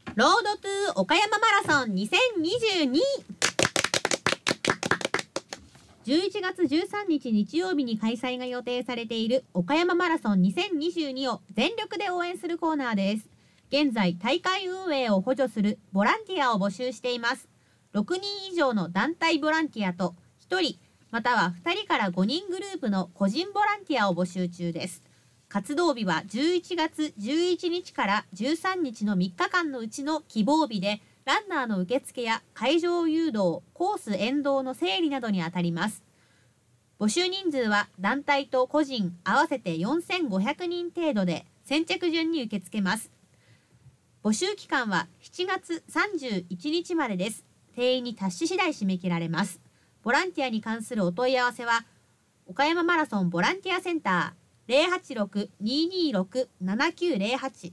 ロードトゥー岡山マラソン2022。11月13日日曜日に開催が予定されている岡山マラソン2022を全力で応援するコーナーです。現在大会運営を補助するボランティアを募集しています。6人以上の団体ボランティアと1人または2人から5人グループの個人ボランティアを募集中です。活動日は11月11日から13日の3日間のうちの希望日で、ランナーの受付や会場誘導、コース沿道の整理などにあたります。募集人数は団体と個人合わせて4500人程度で先着順に受け付けます。募集期間は7月31日までです。定員に達し次第締め切られます。ボランティアに関するお問い合わせは岡山マラソンボランティアセンター086-226-7908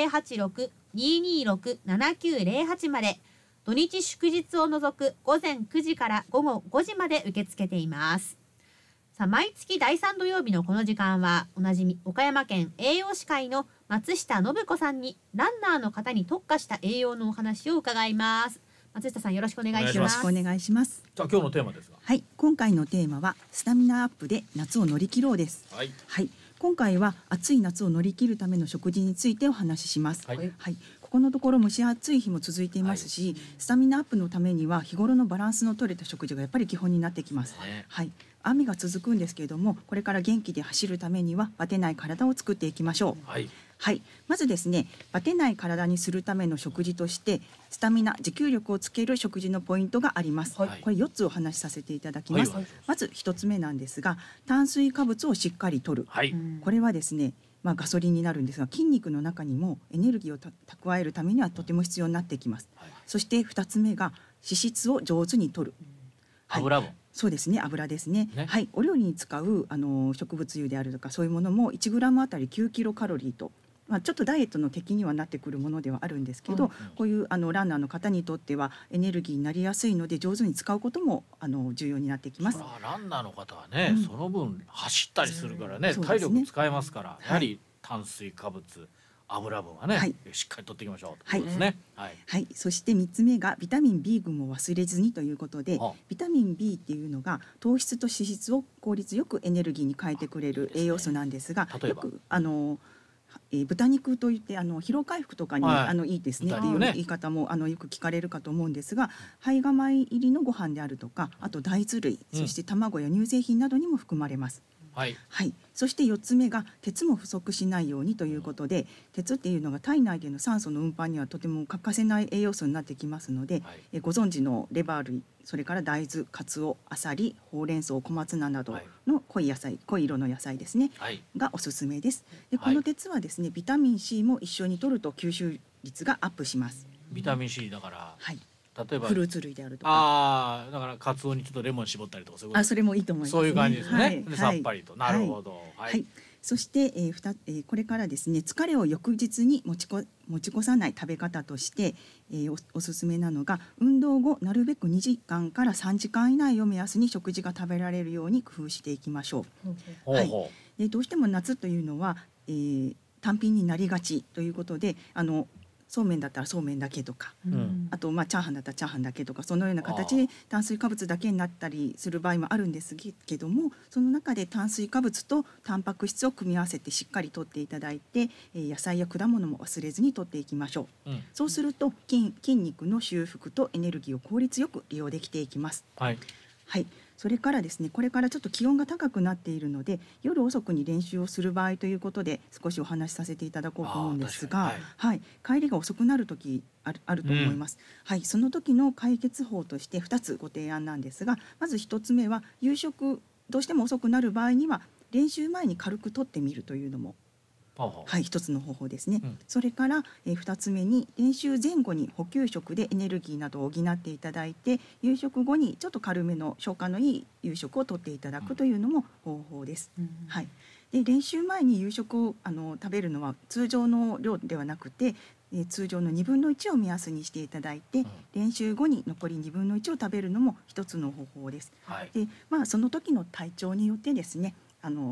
086-226-7908まで、土日祝日を除く午前9時から午後5時まで受け付けています。さあ、毎月第3土曜日のこの時間はおなじみ岡山県栄養士会の松下信子さんにランナーの方に特化した栄養のお話を伺います。松下さん、よろしくお願いします。 よろしくお願いします。 じゃあ今日のテーマですが、 はい、今回のテーマはスタミナアップで夏を乗り切ろうです。 はい、 はい、今回は暑い夏を乗り切るための食事についてお話しします。 はい、 はい、ここのところ蒸し暑い日も続いていますし、スタミナアップのためには日頃のバランスの取れた食事がやっぱり基本になってきます。はい、雨が続くんですけれども、これから元気で走るためにはバテない体を作っていきましょう。 はいはい、まずですね、バテない体にするための食事としてスタミナ持久力をつける食事のポイントがあります。はい、これ4つお話しさせていただきます。はい、まず1つ目なんですが、炭水化物をしっかり摂る。はい、これはですね、ガソリンになるんですが、筋肉の中にもエネルギーを蓄えるためにはとても必要になってきます。はい、そして2つ目が脂質を上手に摂る。はい、 油分、 そうですね、油ですね。はい、お料理に使う植物油であるとかそういうものも1グラムあたり9キロカロリーと、ちょっとダイエットの敵にはなってくるものではあるんですけど、こういうランナーの方にとってはエネルギーになりやすいので上手に使うことも重要になってきます。 ランナーの方はね、その分走ったりするからね、体力使えますから、やはり炭水化物、油分はね、しっかりとっていきましょうということですね。 はい、そして3つ目がビタミン B 群を忘れずにということで、ビタミン B っていうのが糖質と脂質を効率よくエネルギーに変えてくれる栄養素なんですが、よく豚肉といって疲労回復とかに、いいですねっていう言い方もよく聞かれるかと思うんですが、胚芽米入りのご飯であるとか、あと大豆類、そして卵や乳製品などにも含まれます。はい、そして4つ目が鉄も不足しないようにということで、鉄っていうのが体内での酸素の運搬にはとても欠かせない栄養素になってきますので、ご存知のレバー類、それから大豆、カツオ、アサリ、ほうれん草、小松菜などの濃い野菜、濃い色の野菜ですね、がおすすめです。でこの鉄はですね、ビタミン C も一緒に摂ると吸収率がアップします。 ビタミン C だから、例えばフルーツ類であるとか、 だからカツオにちょっとレモン絞ったりとか、そういうこと。 それもいいと思います、 そういう感じですね。さっぱりと。なるほど。 そして、これからですね、疲れを翌日に持ち越さない食べ方として、おすすめなのが、運動後なるべく2時間から3時間以内を目安に食事が食べられるように工夫していきましょう。どうしても夏というのは、単品になりがちということで、そうめんだったらそうめんだけとか、あとチャーハンだったらチャーハンだけとか、そのような形で炭水化物だけになったりする場合もあるんですけども、その中で炭水化物とタンパク質を組み合わせてしっかりとっていただいて、野菜や果物も忘れずにとっていきましょう。そうすると筋肉の修復とエネルギーを効率よく利用できていきます。それからですね、これからちょっと気温が高くなっているので、夜遅くに練習をする場合ということで少しお話しさせていただこうと思うんですが、帰りが遅くなる時あると思います。その時の解決法として2つご提案なんですが、まず1つ目は夕食どうしても遅くなる場合には練習前に軽くとってみるというのも一つの方法ですね。それから2つ目に練習前後に補給食でエネルギーなどを補っていただいて、夕食後にちょっと軽めの消化のいい夕食をとっていただくというのも方法です。で練習前に夕食を食べるのは通常の量ではなくて、通常の1/2を目安にしていただいて、練習後に残り1/2を食べるのも一つの方法です。でその時の体調によってですね、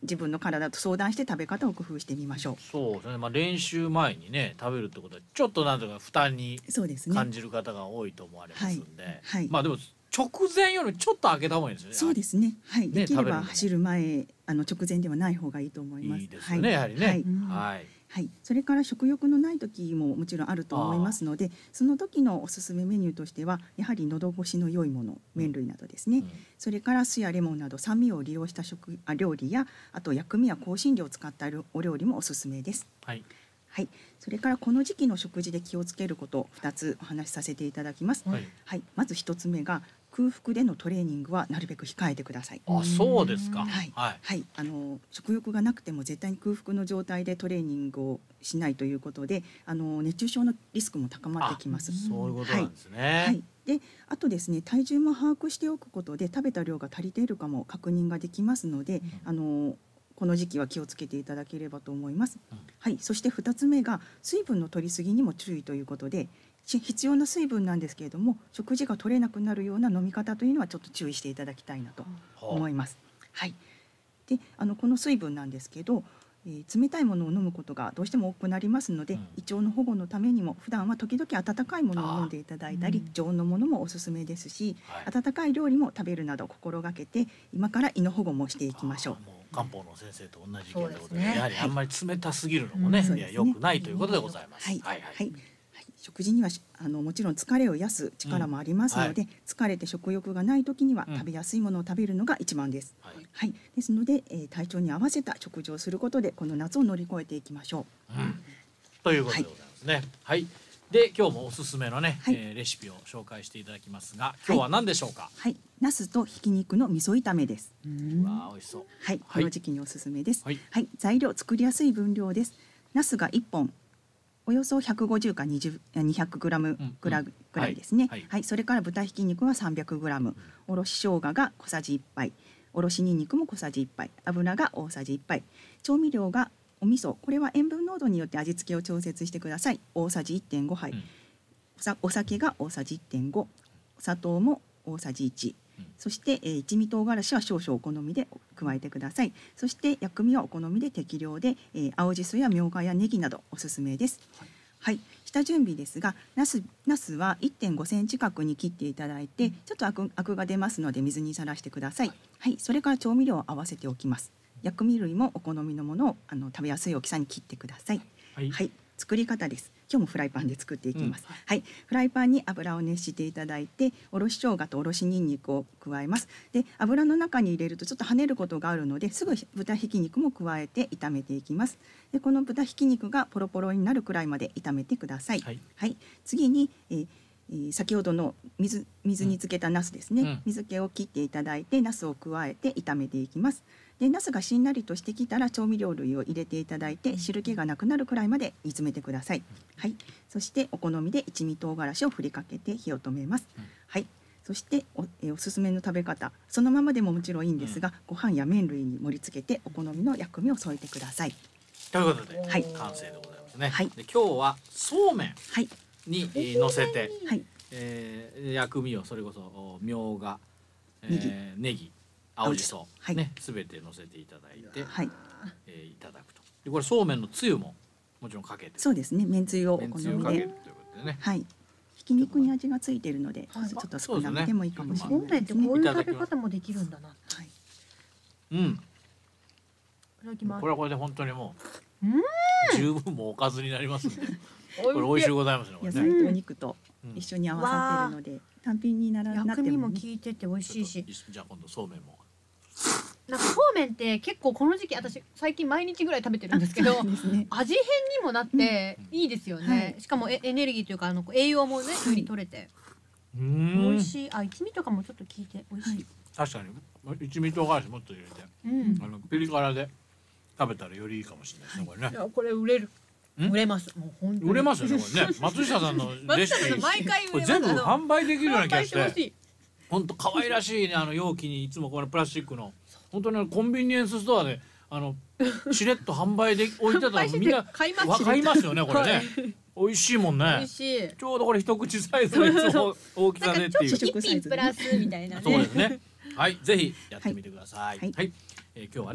自分の体と相談して食べ方を工夫してみましょう。 そうですね、練習前にね食べるってことはちょっとなんとか負担に感じる方が多いと思われますんで、でも直前よりちょっっと開けた方がいいですよね。 そうですね。はい。できれば走る前直前ではない方がいいと思います。 いいですよね、やはりね。 はい。はい、それから食欲のない時ももちろんあると思いますので、その時のおすすめメニューとしてはやはり喉越しの良いもの、麺類などですね、それから酢やレモンなど酸味を利用した料理や、あと薬味や香辛料を使ったお料理もおすすめです。はい、はい、それからこの時期の食事で気をつけること2つお話しさせていただきます。はい、まず1つ目が空腹でのトレーニングはなるべく控えてください。 あ、そうですか。 はい、はい、食欲がなくても絶対に空腹の状態でトレーニングをしないということで、熱中症のリスクも高まってきます。 そういうことなんですね。 はい、で、あとですね、体重も把握しておくことで食べた量が足りているかも確認ができますので、この時期は気をつけていただければと思います。はい、そして2つ目が水分の取りすぎにも注意ということで、必要な水分なんですけれども、食事が取れなくなるような飲み方というのはちょっと注意していただきたいなと思います。はい。で、この水分なんですけど、冷たいものを飲むことがどうしても多くなりますので、胃腸の保護のためにも普段は時々温かいものを飲んでいただいたり、常温のものもおすすめですし、温かい料理も食べるなど心がけて今から胃の保護もしていきましょう。 漢方の先生と同じ意見でございます。やはりあんまり冷たすぎるのもね、良くないということでございます。はいはいはい。 食事にはもちろん疲れを癒す力もありますので、疲れて食欲がない時には食べやすいものを食べるのが一番です。はい、ですので、体調に合わせた食事をすることでこの夏を乗り越えていきましょう。 ということでございますね。はい。で、今日もおすすめのね、レシピを紹介していただきますが、今日は何でしょうか。 はい、茄子とひき肉の味噌炒めです。 わあ、美味しそう。 はい、この時期におすすめです。はい、材料作りやすい分量です。茄子が1本。およそ150か200グラムぐらいですね。はい、それから豚ひき肉は300グラム、おろし生姜が小さじ1杯、おろしにんにくも小さじ1杯、油が大さじ1杯、調味料がお味噌、これは塩分濃度によって味付けを調節してください。大さじ 1.5 杯、お酒が大さじ 1.5、お砂糖も大さじ1。そして、一味唐辛子は少々お好みで加えてください。そして薬味はお好みで適量で、青じそやみょうがやネギなどおすすめです。はい、下準備ですが、ナスは 1.5 センチ角に切っていただいて、ちょっとアクが出ますので水にさらしてください。はい、それから調味料を合わせておきます。薬味類もお好みのものを食べやすい大きさに切ってください。はい、作り方です。今日もフライパンで作っていきます。はい、フライパンに油を熱していただいて、おろし生姜とおろしにんにくを加えます。で、油の中に入れるとちょっと跳ねることがあるので、すぐ豚ひき肉も加えて炒めていきます。で、この豚ひき肉がポロポロになるくらいまで炒めてください。はい、次に、先ほどの水につけたナスですね、水気を切っていただいてナスを加えて炒めていきます。で、ナスがしんなりとしてきたら調味料類を入れていただいて汁気がなくなるくらいまで煮詰めてください。はい、そしてお好みで一味唐辛子を振りかけて火を止めます。はい、そしておすすめの食べ方、そのままでももちろんいいんですが、ご飯や麺類に盛り付けてお好みの薬味を添えてください。 ということで、完成でございますね。はい、で今日はそうめんに乗せて、薬味をそれこそみょうが、ネギ、青じそね、すべて乗せていただいて、いただくと。で、これそうめんのつゆももちろんかけて、 そうですね、めんつゆをお好みで、 かけるということでね。はい。 ひき肉に味がついているので、ちょっと少なめでもいいかもしれないですね。 そうめんってこういう食べ方もできるんだな。はい。 うん。これはこれで本当にもう十分もおかずになりますので、これ美味しいございますね。 野菜とお肉と一緒に合わさっているので単品になっても薬味も効いてて美味しいし。 じゃあ今度そうめんも。 なんかそうめんって結構この時期私最近毎日ぐらい食べてるんですけど、味変にもなっていいですよね。しかもエネルギーというか栄養もねより取れて美味しい。一味とかもちょっと効いて美味しい。確かに一味唐辛子もっと入れて、ピリ辛で食べたらよりいいかもしれないですね。これね。 いや、これ売れる。売れます。もう本当に売れますよね。これね。松下さんのレシピこれ全部販売できるような気がして。本当可愛らしいね、容器にいつもこのプラスチックの本当にコンビニエンスストアでしれっと販売で置いてたらみんな買いますよね。これね。美味しいもんね。ちょうどこれ一口サイズのいつも大きさでっていう。 一品プラスみたいなね。 そうですね。はい、ぜひやってみてください。はい、今日はね、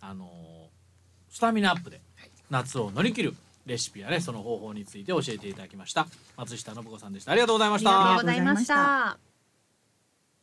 スタミナアップで夏を乗り切るレシピやね、その方法について教えていただきました。松下信子さんでした。ありがとうございました。 ありがとうございました。